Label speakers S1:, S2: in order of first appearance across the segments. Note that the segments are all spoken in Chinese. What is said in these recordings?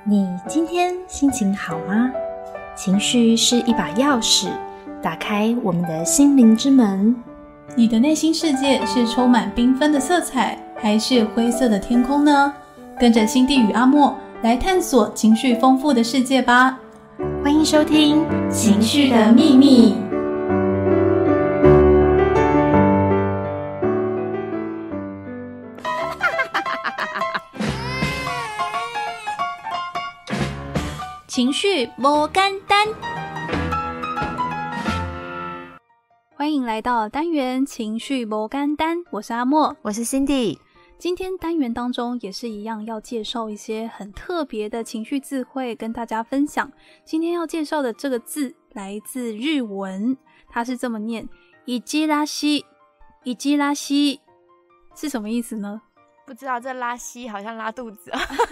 S1: 你今天心情好吗？情绪是一把钥匙，打开我们的心灵之门。
S2: 你的内心世界是充满缤纷的色彩，还是灰色的天空呢？跟着辛蒂与阿莫来探索情绪丰富的世界吧。
S1: 欢迎收听《
S2: 情绪的秘密》。情绪不简单，欢迎来到单元情绪不简单，我是阿莫，
S1: 我是 Cindy。
S2: 今天单元当中也是一样，要介绍一些很特别的情绪字汇跟大家分享。今天要介绍的这个字来自日文，它是这么念：イジラシ。イジラシ是什么意思呢？
S3: 不知道，这拉稀好像拉肚子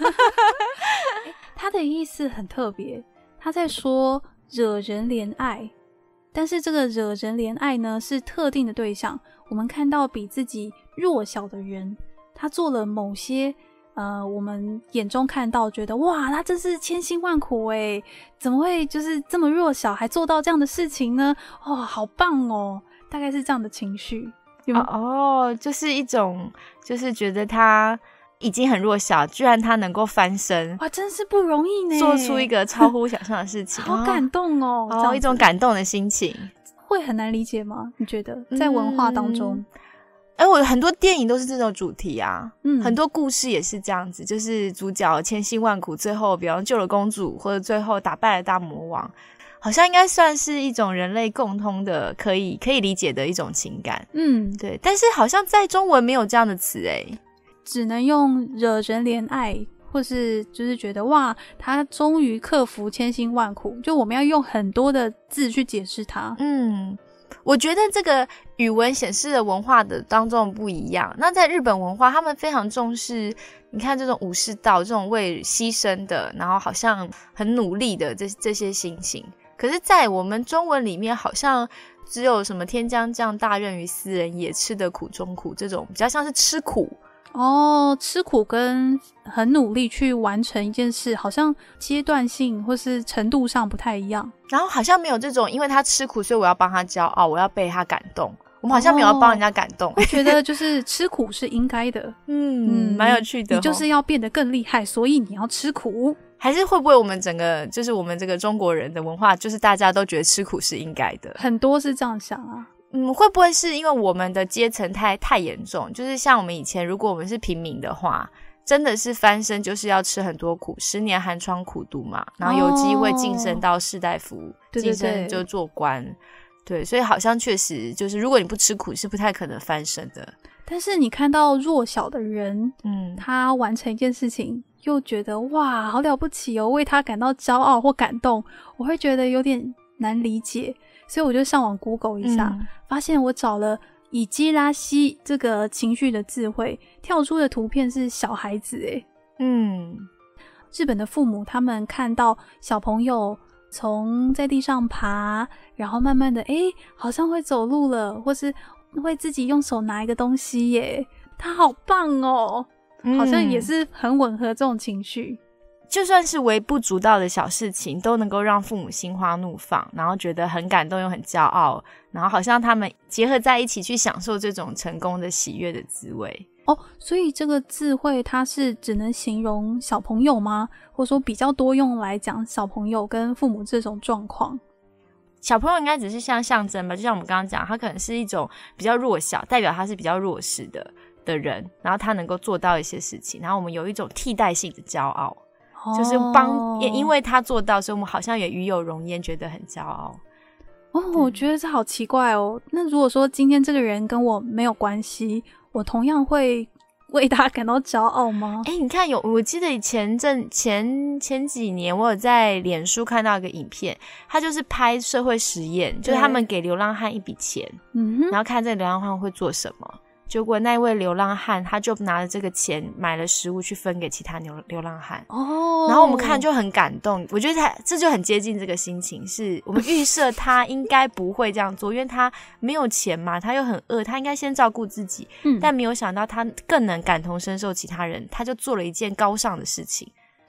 S2: 他的意思很特别，他在说惹人怜爱，但是这个惹人怜爱呢是特定的对象。我们看到比自己弱小的人，他做了某些我们眼中看到觉得哇，他真是千辛万苦耶，怎么会就是这么弱小还做到这样的事情呢？哦，好棒哦，大概是这样的情绪。
S3: 就是一种就是觉得他已经很弱小，居然他能够翻身，
S2: 哇，真是不容易呢，
S3: 做出一个超乎想象的事情
S2: 好感动哦，
S3: 一种感动的心情。
S2: 会很难理解吗？你觉得在文化当中
S3: 我很多电影都是这种主题啊，很多故事也是这样子，就是主角千辛万苦，最后比方救了公主，或者最后打败了大魔王，好像应该算是一种人类共通的可以理解的一种情感。对，但是好像在中文没有这样的词耶，
S2: 只能用惹人怜爱，或是就是觉得哇，他终于克服千辛万苦，就我们要用很多的字去解释它。
S3: 我觉得这个语文显示的文化的当中不一样。那在日本文化，他们非常重视，你看这种武士道，这种为牺牲的，然后好像很努力的这些心情。可是在我们中文里面，好像只有什么天将降大任于斯人也，吃得苦中苦，这种比较像是吃苦。
S2: 吃苦跟很努力去完成一件事，好像阶段性或是程度上不太一样。
S3: 然后好像没有这种因为他吃苦所以我要帮他骄傲，我要被他感动。我们好像没有要帮人家感动，
S2: 我觉得就是吃苦是应该的。
S3: 蛮有趣的。
S2: 你就是要变得更厉害，所以你要吃苦。
S3: 还是会不会我们整个就是我们这个中国人的文化，就是大家都觉得吃苦是应该的？
S2: 很多是这样想啊。
S3: 会不会是因为我们的阶层太严重？就是像我们以前，如果我们是平民的话，真的是翻身就是要吃很多苦，10年寒窗苦读嘛，然后有机会晋升到士大夫，晋升就做官。对，所以好像确实就是如果你不吃苦是不太可能翻身的。
S2: 但是你看到弱小的人，他完成一件事情，又觉得哇，好了不起哦，为他感到骄傲或感动，我会觉得有点难理解。所以我就上网 Google 一下，发现我找了イジラシ这个情绪的字汇，跳出的图片是小孩子耶。日本的父母他们看到小朋友从在地上爬，然后慢慢的好像会走路了，或是会自己用手拿一个东西耶，他好棒哦，好像也是很吻合这种情绪。
S3: 就算是微不足道的小事情，都能够让父母心花怒放，然后觉得很感动又很骄傲，然后好像他们结合在一起去享受这种成功的喜悦的滋味。
S2: 所以这个字汇它是只能形容小朋友吗？或者说比较多用来讲小朋友跟父母这种状况？
S3: 小朋友应该只是像象征吧，就像我们刚刚讲，他可能是一种比较弱小，代表他是比较弱势的人，然后他能够做到一些事情，然后我们有一种替代性的骄傲。就是因为他做到，所以我们好像也与有荣焉，觉得很骄傲。
S2: 我觉得这好奇怪哦。那如果说今天这个人跟我没有关系，我同样会为他感到骄傲吗？
S3: 你看我记得前几年我有在脸书看到一个影片，他就是拍社会实验，就是他们给流浪汉一笔钱，然后看这个流浪汉会做什么。结果那位流浪汉他就拿着这个钱买了食物去分给其他流浪汉。然后我们看就很感动，我觉得这就很接近这个心情，是我们预设他应该不会这样做，因为他没有钱嘛，他又很饿，他应该先照顾自己，但没有想到他更能感同身受其他人，他就做了一件高尚的事情。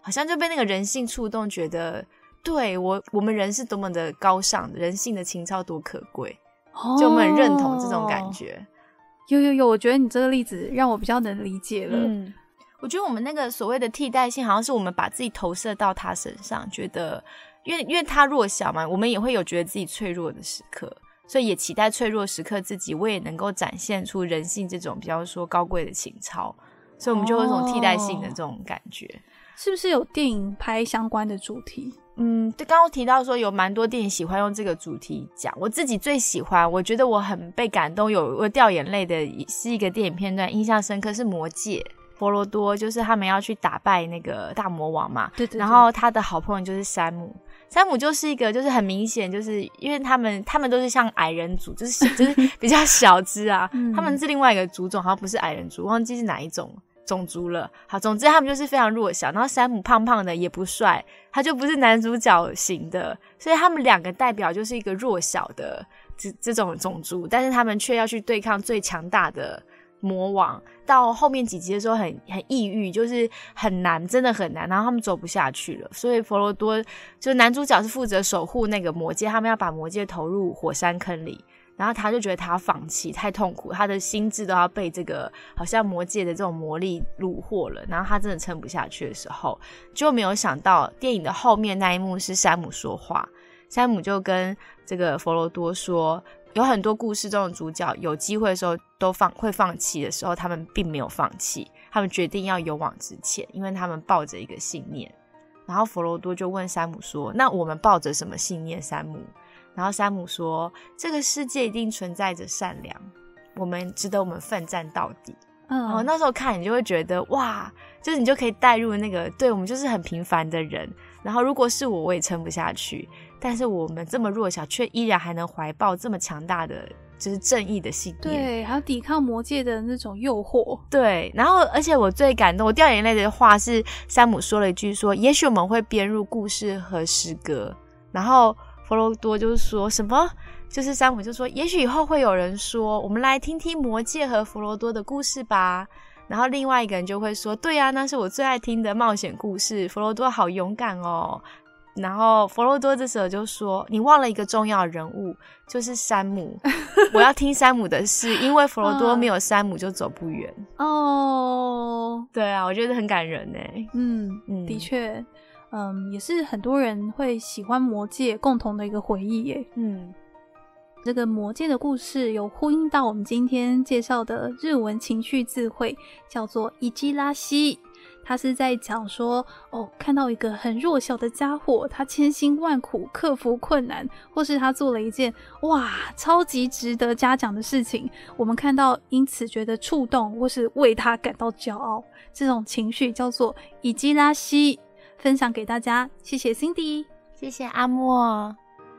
S3: 好像就被那个人性触动，觉得对我们人是多么的高尚，人性的情操多可贵，就我们很认同这种感觉。
S2: 有，我觉得你这个例子让我比较能理解了。
S3: 我觉得我们那个所谓的替代性，好像是我们把自己投射到他身上，觉得因为他弱小嘛，我们也会有觉得自己脆弱的时刻，所以也期待脆弱时刻自己我也能够展现出人性这种比较说高贵的情操，所以我们就有一种替代性的这种感觉。
S2: 是不是有电影拍相关的主题？
S3: 对，刚刚提到说有蛮多电影喜欢用这个主题讲，我自己最喜欢，我觉得我很被感动，我掉眼泪的是一个电影片段，印象深刻是《魔戒》。佛罗多就是他们要去打败那个大魔王嘛，
S2: 对，
S3: 然后他的好朋友就是山姆就是一个就是很明显就是因为他们都是像矮人族，就是比较小只啊他们是另外一个族种，好像不是矮人族，忘记是哪一种种族了。好，总之他们就是非常弱小，然后山姆胖胖的也不帅，他就不是男主角型的，所以他们两个代表就是一个弱小的这种种族，但是他们却要去对抗最强大的魔王。到后面几集的时候很抑郁，就是很难，真的很难，然后他们走不下去了，所以佛罗多就男主角是负责守护那个魔戒，他们要把魔戒投入火山坑里，然后他就觉得他要放弃，太痛苦，他的心智都要被这个好像魔戒的这种魔力虏获了，然后他真的撑不下去的时候，就没有想到电影的后面那一幕是山姆说话，山姆就跟这个佛罗多说，有很多故事中的主角有机会的时候都会放弃的时候，他们并没有放弃，他们决定要勇往直前，因为他们抱着一个信念。然后佛罗多就问山姆说，那我们抱着什么信念？山姆，然后山姆说，这个世界一定存在着善良，值得我们奋战到底。然后那时候看你就会觉得哇，就是你就可以带入那个，对，我们就是很平凡的人，然后如果是我也撑不下去，但是我们这么弱小却依然还能怀抱这么强大的就是正义的信念，
S2: 对，还有抵抗魔戒的那种诱惑。
S3: 对，然后而且我最感动我掉眼泪的话是山姆说了一句说，也许我们会编入故事和诗歌，然后佛罗多就说什么，就是山姆就说，也许以后会有人说，我们来听听魔戒和佛罗多的故事吧。然后另外一个人就会说，对啊，那是我最爱听的冒险故事，佛罗多好勇敢哦。然后佛罗多这时候就说，你忘了一个重要人物，就是山姆我要听山姆的事，因为佛罗多没有山姆就走不远。对啊，我觉得很感人耶。
S2: 的确也是很多人会喜欢魔戒共同的一个回忆耶。这个魔戒的故事有呼应到我们今天介绍的日文情绪字汇，叫做伊基拉西。他是在讲说，看到一个很弱小的家伙，他千辛万苦克服困难，或是他做了一件哇超级值得嘉奖的事情，我们看到因此觉得触动，或是为他感到骄傲，这种情绪叫做伊基拉西，分享给大家。谢谢 Cindy，
S3: 谢谢阿莫。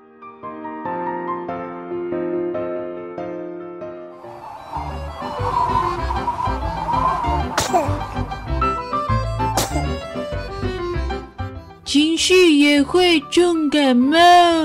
S4: 情绪也会重感冒。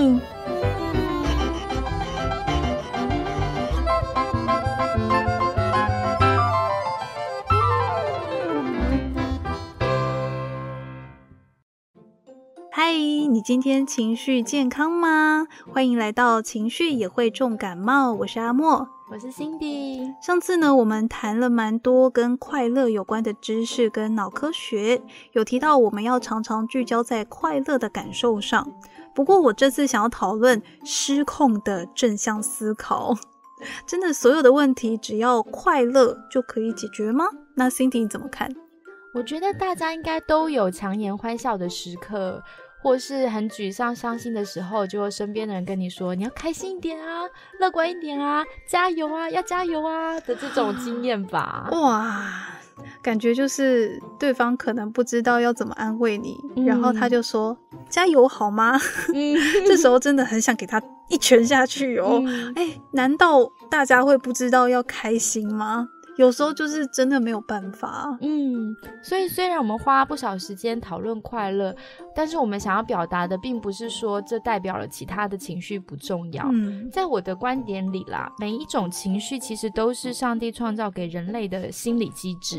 S2: 嗨，你今天情绪健康吗？欢迎来到情绪也会重感冒，我是阿莫，
S3: 我是 Cindy。
S2: 上次呢，我们谈了蛮多跟快乐有关的知识跟脑科学，有提到我们要常常聚焦在快乐的感受上。不过我这次想要讨论失控的正向思考。真的所有的问题只要快乐就可以解决吗？那 Cindy 怎么看？
S3: 我觉得大家应该都有强颜欢笑的时刻，或是很沮丧伤心的时候，就有身边的人跟你说，你要开心一点啊，乐观一点啊，加油啊，要加油啊的这种经验吧。
S2: 哇，感觉就是对方可能不知道要怎么安慰你，然后他就说加油好吗？这时候真的很想给他一拳下去哦。难道大家会不知道要开心吗？有时候就是真的没有办法。
S3: 所以虽然我们花不少时间讨论快乐，但是我们想要表达的并不是说这代表了其他的情绪不重要。在我的观点里啦，每一种情绪其实都是上帝创造给人类的心理机制，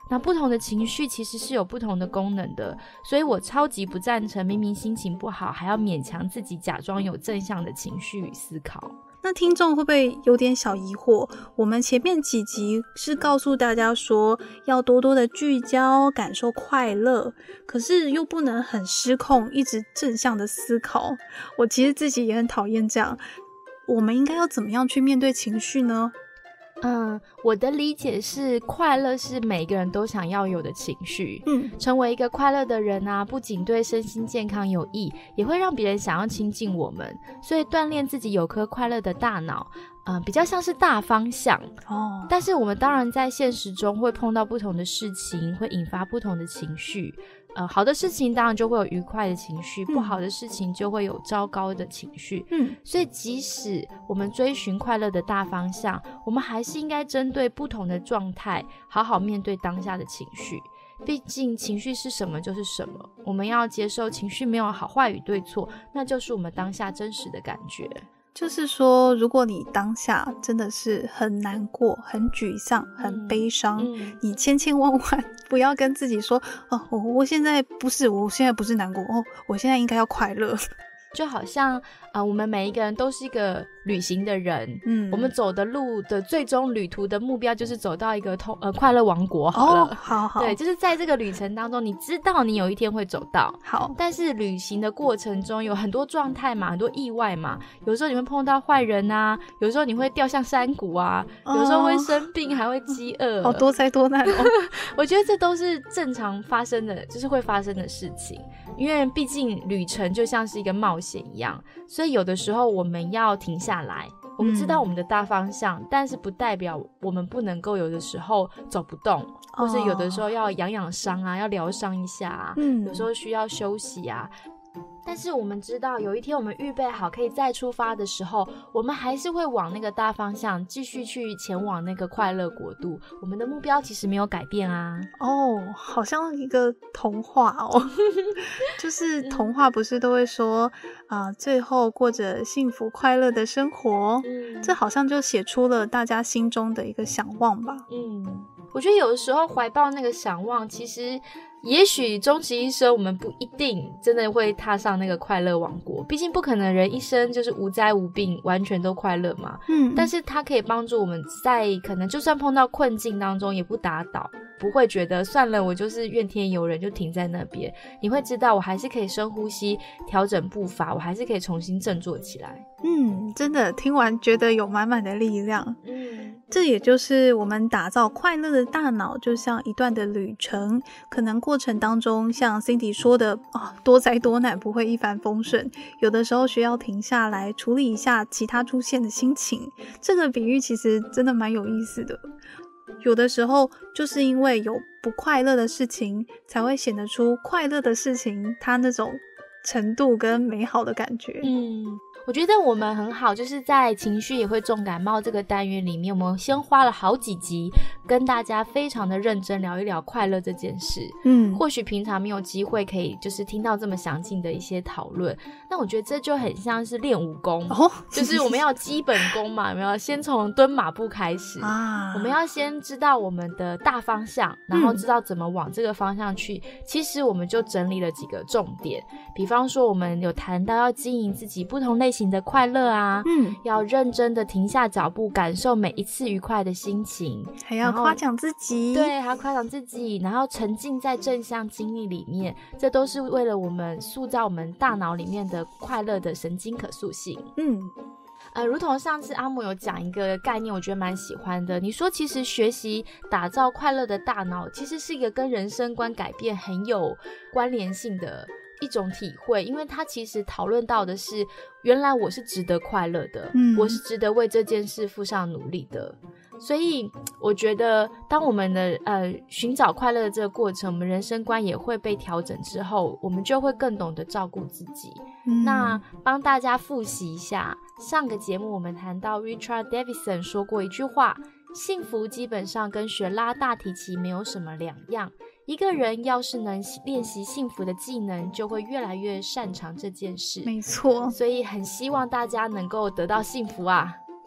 S3: 那不同的情绪其实是有不同的功能的，所以我超级不赞成明明心情不好还要勉强自己假装有正向的情绪与思考。
S2: 那听众会不会有点小疑惑？我们前面几集是告诉大家说要多多的聚焦，感受快乐，可是又不能很失控，一直正向的思考。我其实自己也很讨厌这样。我们应该要怎么样去面对情绪呢？
S3: 我的理解是，快乐是每个人都想要有的情绪。成为一个快乐的人啊，不仅对身心健康有益，也会让别人想要亲近我们。所以锻炼自己有颗快乐的大脑，比较像是大方向。但是我们当然在现实中会碰到不同的事情，会引发不同的情绪。好的事情当然就会有愉快的情绪，不好的事情就会有糟糕的情绪。所以即使我们追寻快乐的大方向，我们还是应该针对不同的状态，好好面对当下的情绪。毕竟情绪是什么就是什么，我们要接受情绪没有好坏与对错，那就是我们当下真实的感觉。
S2: 就是说，如果你当下真的是很难过、很沮丧、很悲伤，你千万不要跟自己说我现在不是难过我现在应该要快乐。
S3: 就好像我们每一个人都是一个旅行的人，我们走的路的最终旅途的目标就是走到一个快乐王国好了。
S2: 好，
S3: 对，就是在这个旅程当中，你知道你有一天会走到。
S2: 好，
S3: 但是旅行的过程中有很多状态嘛，很多意外嘛，有时候你会碰到坏人啊，有时候你会掉向山谷啊，有时候会生病，还会饥饿，
S2: 好多灾多难
S3: 我觉得这都是正常发生的，就是会发生的事情，因为毕竟旅程就像是一个冒险一样，所以有的时候我们要停下来，我们知道我们的大方向，但是不代表我们不能够有的时候走不动，或是有的时候要养伤啊，要疗伤一下啊，有时候需要休息啊。但是我们知道有一天我们预备好可以再出发的时候，我们还是会往那个大方向继续去前往那个快乐国度，我们的目标其实没有改变啊。
S2: 好像一个童话就是童话不是都会说最后过着幸福快乐的生活，这好像就写出了大家心中的一个想望吧。
S3: 我觉得有的时候怀抱那个想望，其实也许终其一生我们不一定真的会踏上那个快乐王国，毕竟不可能人一生就是无灾无病完全都快乐嘛。但是它可以帮助我们在可能就算碰到困境当中也不打倒，不会觉得算了我就是怨天尤人就停在那边，你会知道我还是可以深呼吸，调整步伐，我还是可以重新振作起来。
S2: 真的听完觉得有满满的力量。这也就是我们打造快乐的大脑就像一段的旅程，可能过程当中像 Cindy 说的多灾多难，不会一帆风顺，有的时候需要停下来处理一下其他出现的心情。这个比喻其实真的蛮有意思的，有的时候就是因为有不快乐的事情才会显得出快乐的事情它那种程度跟美好的感觉。
S3: 我觉得我们很好，就是在情绪也会重感冒这个单元里面，我们先花了好几集跟大家非常的认真聊一聊快乐这件事。或许平常没有机会可以就是听到这么详尽的一些讨论，那我觉得这就很像是练武功就是我们要基本功嘛，有没有？先从蹲马步开始我们要先知道我们的大方向，然后知道怎么往这个方向去。其实我们就整理了几个重点，比方说我们有谈到要经营自己不同类型的快乐啊，要认真的停下脚步，感受每一次愉快的心情，
S2: 还要夸奖自己。
S3: 对，还要夸奖自己，然后沉浸在正向经历里面，这都是为了我们塑造我们大脑里面的快乐的神经可塑性。如同上次阿姆有讲一个概念，我觉得蛮喜欢的。你说其实学习打造快乐的大脑，其实是一个跟人生观改变很有关联性的一种体会，因为它其实讨论到的是原来我是值得快乐的，我是值得为这件事付上努力的。所以我觉得当我们的寻找快乐的这个过程，我们人生观也会被调整之后，我们就会更懂得照顾自己。那帮大家复习一下，上个节目我们谈到 Richard Davidson 说过一句话，幸福基本上跟学拉大提琴没有什么两样，一个人要是能练习幸福的技能，就会越来越擅长这件事。
S2: 没错，
S3: 所以很希望大家能够得到幸福啊。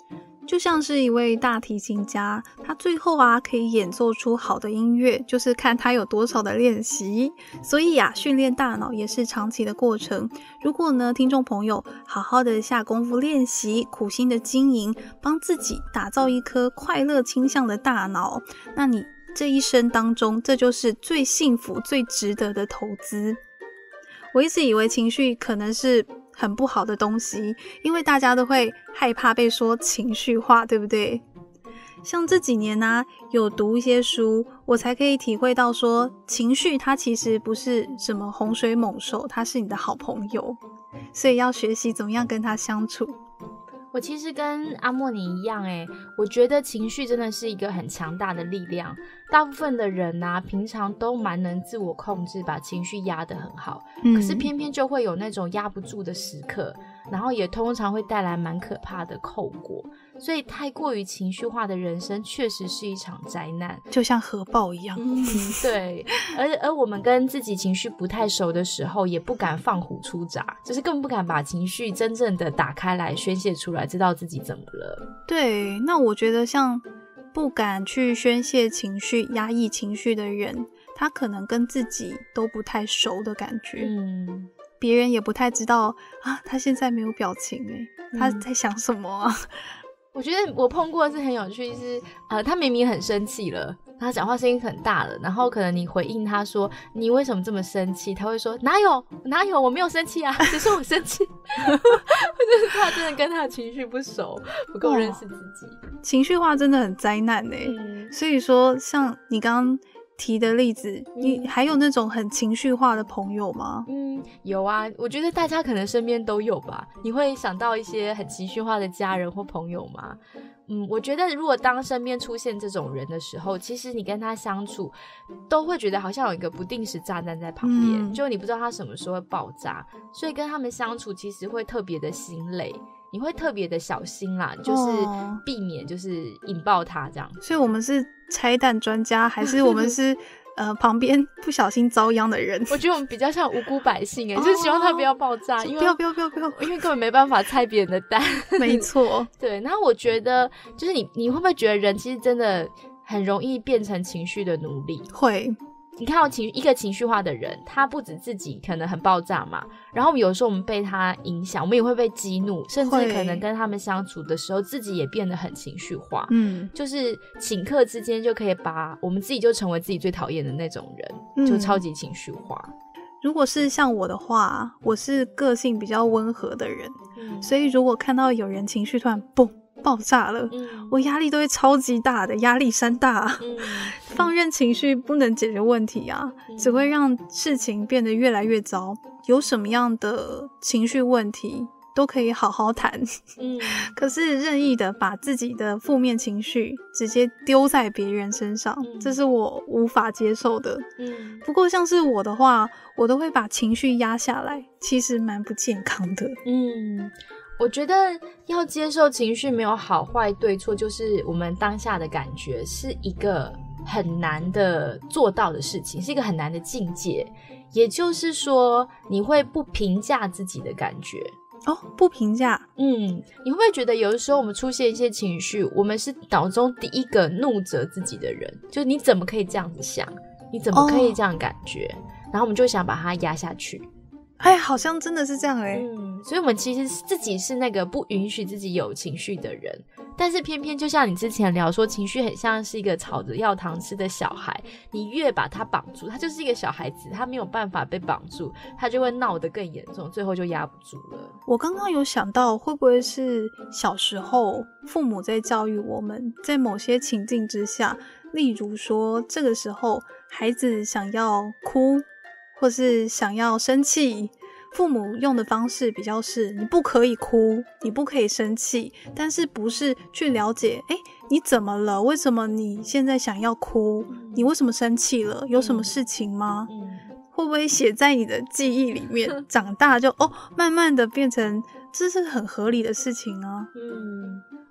S2: 就像是一位大提琴家，他最后可以演奏出好的音乐，就是看他有多少的练习。所以训练大脑也是长期的过程。如果呢，听众朋友好好的下功夫练习，苦心的经营，帮自己打造一颗快乐倾向的大脑，那你这一生当中，这就是最幸福、最值得的投资。我一直以为情绪可能是很不好的东西，因为大家都会害怕被说情绪化，对不对？像这几年有读一些书，我才可以体会到说，情绪它其实不是什么洪水猛兽，它是你的好朋友，所以要学习怎么样跟它相处。
S3: 我其实跟阿莫尼一样我觉得情绪真的是一个很强大的力量。大部分的人平常都蛮能自我控制，把情绪压得很好，可是偏偏就会有那种压不住的时刻，然后也通常会带来蛮可怕的后果。所以太过于情绪化的人生确实是一场灾难，
S2: 就像核爆一样。
S3: 对，而我们跟自己情绪不太熟的时候，也不敢放虎出闸，就是更不敢把情绪真正的打开来宣泄出来，知道自己怎么了。
S2: 对，那我觉得像不敢去宣泄情绪、压抑情绪的人，他可能跟自己都不太熟的感觉。别人也不太知道他现在没有表情他在想什么
S3: 我觉得我碰过的是很有趣，是他明明很生气了，他讲话声音很大了，然后可能你回应他说你为什么这么生气，他会说哪有我没有生气只是我生气就是他真的跟他的情绪不熟，不够认识自己。
S2: 情绪化真的很灾难所以说像你刚刚提的例子，你还有那种很情绪化的朋友吗？
S3: 有我觉得大家可能身边都有吧。你会想到一些很情绪化的家人或朋友吗？我觉得如果当身边出现这种人的时候，其实你跟他相处都会觉得好像有一个不定时炸弹在旁边，就你不知道他什么时候会爆炸，所以跟他们相处其实会特别的心累，你会特别的小心啦，就是避免就是引爆他这样。
S2: 所以我们是拆弹专家，还是我们是旁边不小心遭殃的人？
S3: 我觉得我们比较像无辜百姓就是希望他不要爆炸，因为
S2: 不要，
S3: 因为根本没办法拆别人的弹。
S2: 没错，
S3: 对。然后我觉得就是你会不会觉得人其实真的很容易变成情绪的奴隶？
S2: 会。
S3: 你看到一个情绪化的人，他不止自己可能很爆炸嘛，然后有时候我们被他影响，我们也会被激怒，甚至可能跟他们相处的时候自己也变得很情绪化。就是顷刻之间就可以把我们自己就成为自己最讨厌的那种人，就超级情绪化。
S2: 如果是像我的话，我是个性比较温和的人，所以如果看到有人情绪突然嘣爆炸了，我压力都会超级大的，压力山大。放任情绪不能解决问题只会让事情变得越来越糟。有什么样的情绪问题都可以好好谈，可是任意的把自己的负面情绪直接丢在别人身上，这是我无法接受的。不过像是我的话，我都会把情绪压下来，其实蛮不健康的。
S3: 我觉得要接受情绪没有好坏对错，就是我们当下的感觉，是一个很难的做到的事情，是一个很难的境界。也就是说，你会不评价自己的感觉。
S2: 不评价。
S3: 你会不会觉得有的时候我们出现一些情绪，我们是脑中第一个怒责自己的人，就你怎么可以这样子想，你怎么可以这样感觉，然后我们就想把它压下去。
S2: 好像真的是这样
S3: 所以我们其实自己是那个不允许自己有情绪的人，但是偏偏就像你之前聊说，情绪很像是一个吵着要糖吃的小孩，你越把他绑住，他就是一个小孩子，他没有办法被绑住，他就会闹得更严重，最后就压不住了。
S2: 我刚刚有想到，会不会是小时候父母在教育我们，在某些情境之下，例如说这个时候孩子想要哭或是想要生气，父母用的方式比较是你不可以哭，你不可以生气，但是不是去了解你怎么了，为什么你现在想要哭，你为什么生气了，有什么事情吗？会不会写在你的记忆里面，长大就慢慢的变成这是很合理的事情啊。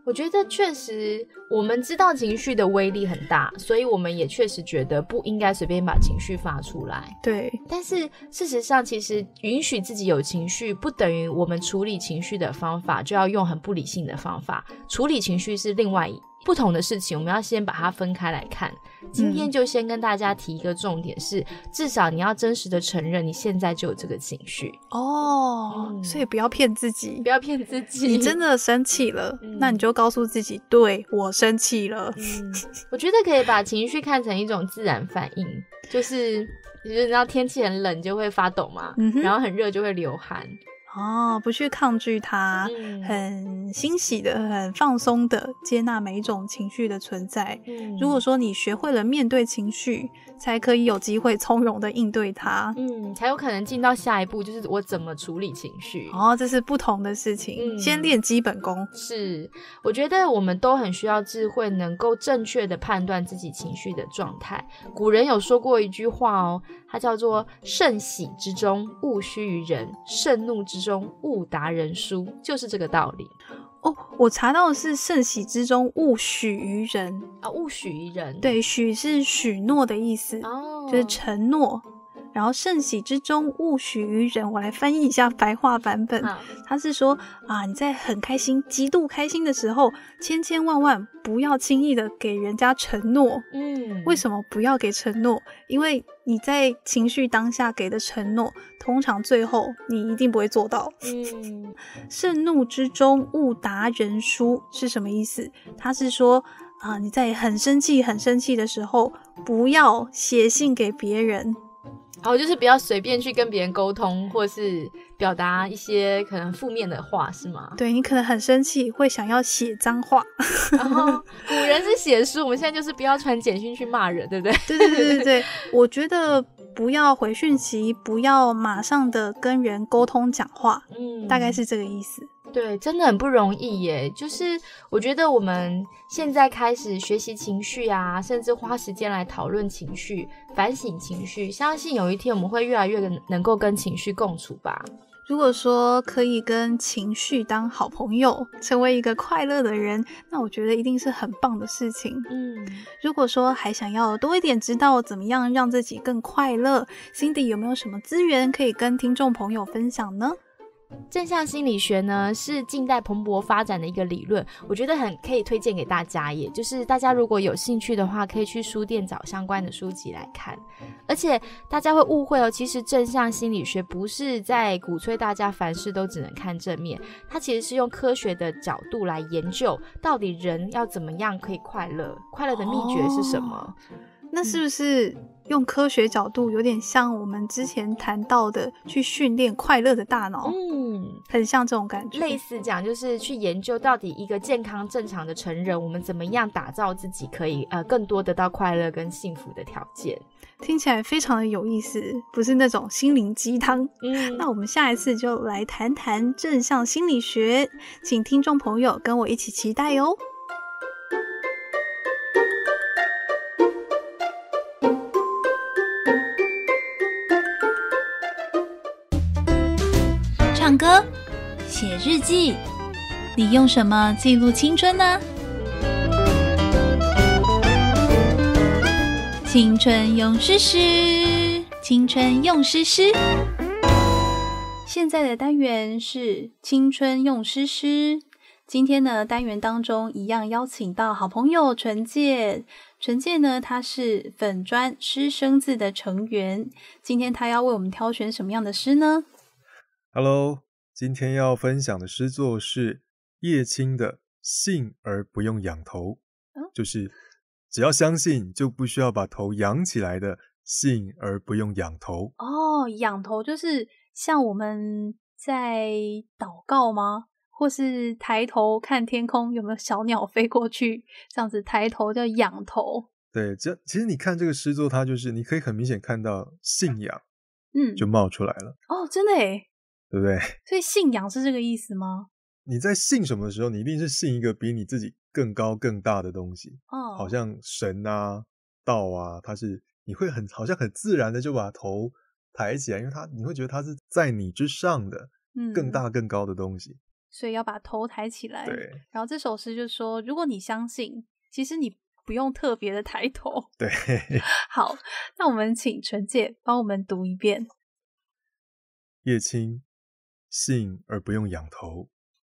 S3: 我觉得确实我们知道情绪的威力很大，所以我们也确实觉得不应该随便把情绪发出来。
S2: 对，
S3: 但是事实上其实允许自己有情绪不等于我们处理情绪的方法就要用很不理性的方法，处理情绪是另外不同的事情，我们要先把它分开来看。今天就先跟大家提一个重点是，至少你要真实的承认你现在就有这个情绪
S2: 所以不要骗自己，
S3: 不要骗自己。
S2: 你真的生气了，那你就告诉自己，对，我生气了。
S3: 我觉得可以把情绪看成一种自然反应，就是你知道天气很冷就会发抖嘛，然后很热就会流汗。
S2: 不去抗拒它，很欣喜的，很放松的接纳每一种情绪的存在。如果说你学会了面对情绪，才可以有机会从容的应对它，
S3: 才有可能进到下一步，就是我怎么处理情绪。
S2: 这是不同的事情，先练基本功。
S3: 是，我觉得我们都很需要智慧，能够正确的判断自己情绪的状态。古人有说过一句话它叫做盛喜之中勿须于人，盛怒之中勿达人书，就是这个道理。
S2: 我查到的是盛喜之中勿许于人
S3: 勿许于人。对，
S2: 许是许诺的意思，就是承诺。然后盛喜之中勿许于人，我来翻译一下白话版本。他是说你在很开心极度开心的时候，千万不要轻易的给人家承诺。为什么不要给承诺？因为你在情绪当下给的承诺，通常最后你一定不会做到。盛怒之中勿达人书是什么意思？他是说你在很生气的时候，不要写信给别人。
S3: 就是不要随便去跟别人沟通，或是表达一些可能负面的话，是吗？
S2: 对，你可能很生气，会想要写脏话。
S3: 古人是写书，我们现在就是不要传简讯去骂人，对不对？
S2: 对，我觉得不要回讯息，不要马上的跟人沟通讲话，大概是这个意思。
S3: 对，真的很不容易耶。就是我觉得我们现在开始学习情绪甚至花时间来讨论情绪、反省情绪，相信有一天我们会越来越能够跟情绪共处吧。
S2: 如果说可以跟情绪当好朋友，成为一个快乐的人，那我觉得一定是很棒的事情。如果说还想要多一点知道怎么样让自己更快乐， Cindy 有没有什么资源可以跟听众朋友分享呢？
S3: 正向心理学呢是近代蓬勃发展的一个理论，我觉得很可以推荐给大家耶。就是大家如果有兴趣的话，可以去书店找相关的书籍来看。而且大家会误会其实正向心理学不是在鼓吹大家凡事都只能看正面，它其实是用科学的角度来研究到底人要怎么样可以快乐，快乐的秘诀是什么。
S2: 那是不是用科学角度有点像我们之前谈到的去训练快乐的大脑？很像这种感觉。
S3: 类似讲就是去研究到底一个健康正常的成人，我们怎么样打造自己可以更多得到快乐跟幸福的条件。
S2: 听起来非常的有意思，不是那种心灵鸡汤。那我们下一次就来谈谈正向心理学，请听众朋友跟我一起期待哦。
S1: 唱歌、写日记，你用什么记录青春呢？青春用诗诗，青春用诗诗。
S2: 现在的单元是青春用诗诗。今天呢，单元当中一样邀请到好朋友纯介。纯介呢，他是粉专诗生字的成员。今天他要为我们挑选什么样的诗呢？
S5: Hello， 今天要分享的诗作是叶青的《信而不用仰头》，就是只要相信就不需要把头仰起来的信而不用仰头。
S2: 仰头就是像我们在祷告吗？或是抬头看天空，有没有小鸟飞过去，这样子抬头叫仰头。
S5: 对，其实你看这个诗作，它就是你可以很明显看到信仰就冒出来了。
S2: 真的耶，
S5: 对不对？
S2: 所以信仰是这个意思吗？
S5: 你在信什么的时候，你一定是信一个比你自己更高更大的东西。好像神啊、道啊，它是你会好像很自然的就把头抬起来，因为你会觉得它是在你之上的更大更高的东西。
S2: 所以要把头抬起来。
S5: 对。
S2: 然后这首诗就说，如果你相信，其实你不用特别的抬头。
S5: 对。
S2: 好，那我们请纯姐帮我们读一遍。
S5: 叶青，信而不用仰头。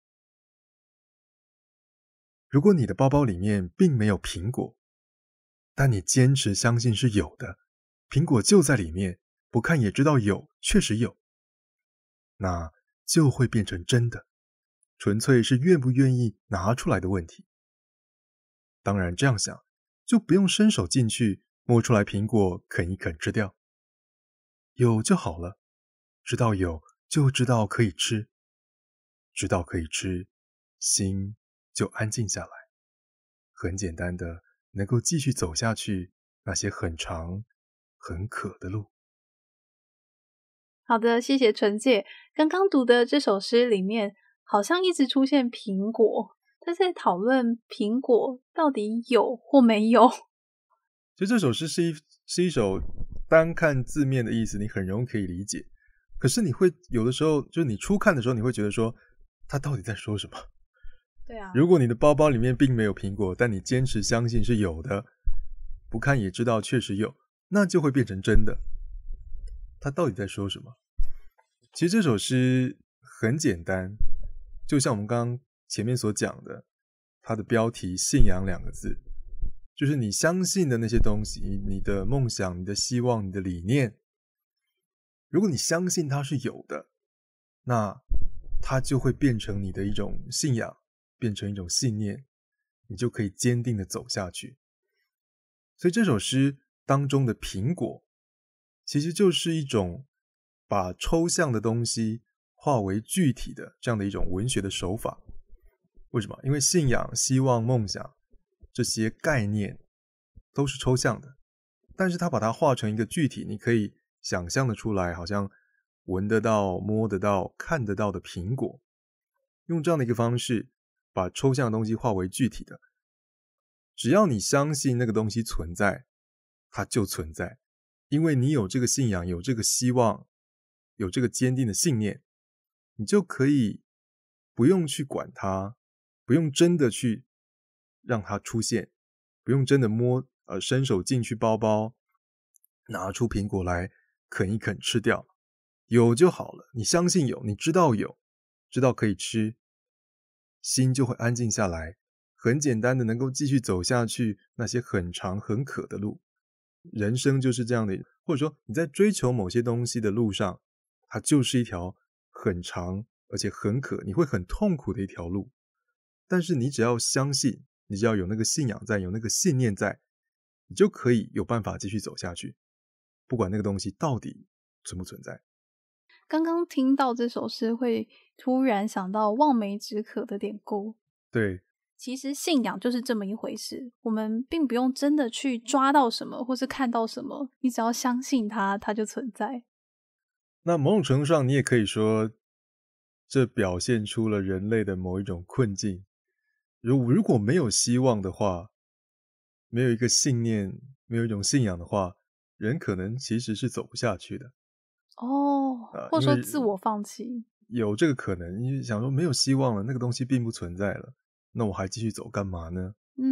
S5: 如果你的包包里面并没有苹果，但你坚持相信是有的，苹果就在里面，不看也知道有，确实有，那就会变成真的，纯粹是愿不愿意拿出来的问题。当然这样想，就不用伸手进去摸出来苹果啃一啃吃掉，有就好了，知道有就知道可以吃，知道可以吃，心就安静下来，很简单的能够继续走下去那些很长很渴的路。
S2: 好的，谢谢纯姐。刚刚读的这首诗里面好像一直出现苹果，他在讨论苹果到底有或没有。
S5: 其实这首诗是一首单看字面的意思你很容易可以理解，可是你会有的时候就是你初看的时候你会觉得说他到底在说什么。
S2: 对啊，
S5: 如果你的包包里面并没有苹果，但你坚持相信是有的，不看也知道确实有，那就会变成真的。他到底在说什么？其实这首诗很简单，就像我们刚刚前面所讲的，它的标题信仰2个字，就是你相信的那些东西，你的梦想，你的希望，你的理念，如果你相信它是有的，那它就会变成你的一种信仰，变成一种信念，你就可以坚定的走下去。所以这首诗当中的苹果其实就是一种把抽象的东西化为具体的这样的一种文学的手法。为什么？因为信仰、希望、梦想这些概念都是抽象的，但是它把它化成一个具体，你可以想象的出来，好像闻得到、摸得到、看得到的苹果，用这样的一个方式把抽象的东西化为具体的。只要你相信那个东西存在，它就存在，因为你有这个信仰，有这个希望，有这个坚定的信念，你就可以不用去管它，不用真的去让它出现，不用真的伸手进去包包拿出苹果来啃一啃吃掉，有就好了。你相信有，你知道有，知道可以吃，心就会安静下来，很简单的能够继续走下去那些很长很渴的路。人生就是这样的，或者说你在追求某些东西的路上，它就是一条很长而且很渴，你会很痛苦的一条路。但是你只要相信，你只要有那个信仰在，有那个信念在，你就可以有办法继续走下去，不管那个东西到底存不存在。
S2: 刚刚听到这首诗会突然想到望梅止渴的典故。
S5: 对，
S2: 其实信仰就是这么一回事，我们并不用真的去抓到什么或是看到什么，你只要相信它，它就存在。
S5: 那某种程度上你也可以说，这表现出了人类的某一种困境。如果没有希望的话，没有一个信念，没有一种信仰的话，人可能其实是走不下去的。
S2: 或者说自我放弃。
S5: 有这个可能，你想说没有希望了，那个东西并不存在了，那我还继续走干嘛呢？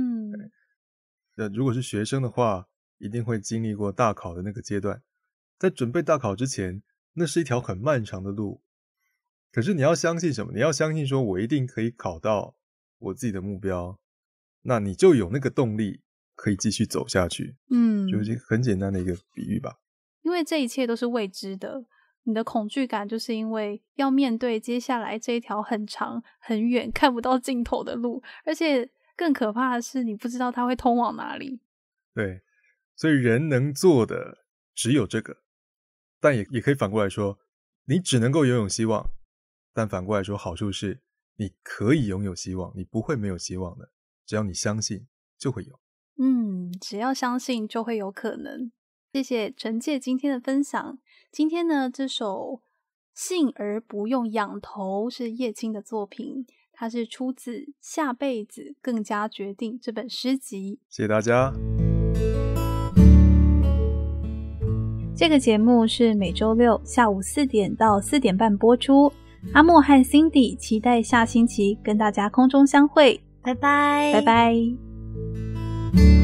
S5: 如果是学生的话，一定会经历过大考的那个阶段，在准备大考之前，那是一条很漫长的路。可是你要相信什么？你要相信说我一定可以考到我自己的目标，那你就有那个动力可以继续走下去。就是很简单的一个比喻吧。
S2: 因为这一切都是未知的，你的恐惧感就是因为要面对接下来这一条很长很远看不到尽头的路，而且更可怕的是你不知道它会通往哪里。
S5: 对，所以人能做的只有这个，但也可以反过来说，你只能够拥有希望，但反过来说好处是你可以拥有希望，你不会没有希望的，只要你相信就会有。
S2: 只要相信就会有可能。谢谢陈介今天的分享。今天呢，这首信而不用仰头是叶青的作品，它是出自《下辈子更加决定》这本诗集。
S5: 谢谢大家。
S1: 这个节目是每周六下午4点到4点半播出。
S2: 阿莫和 Cindy 期待下星期跟大家空中相会，
S3: 拜拜，
S2: 拜拜。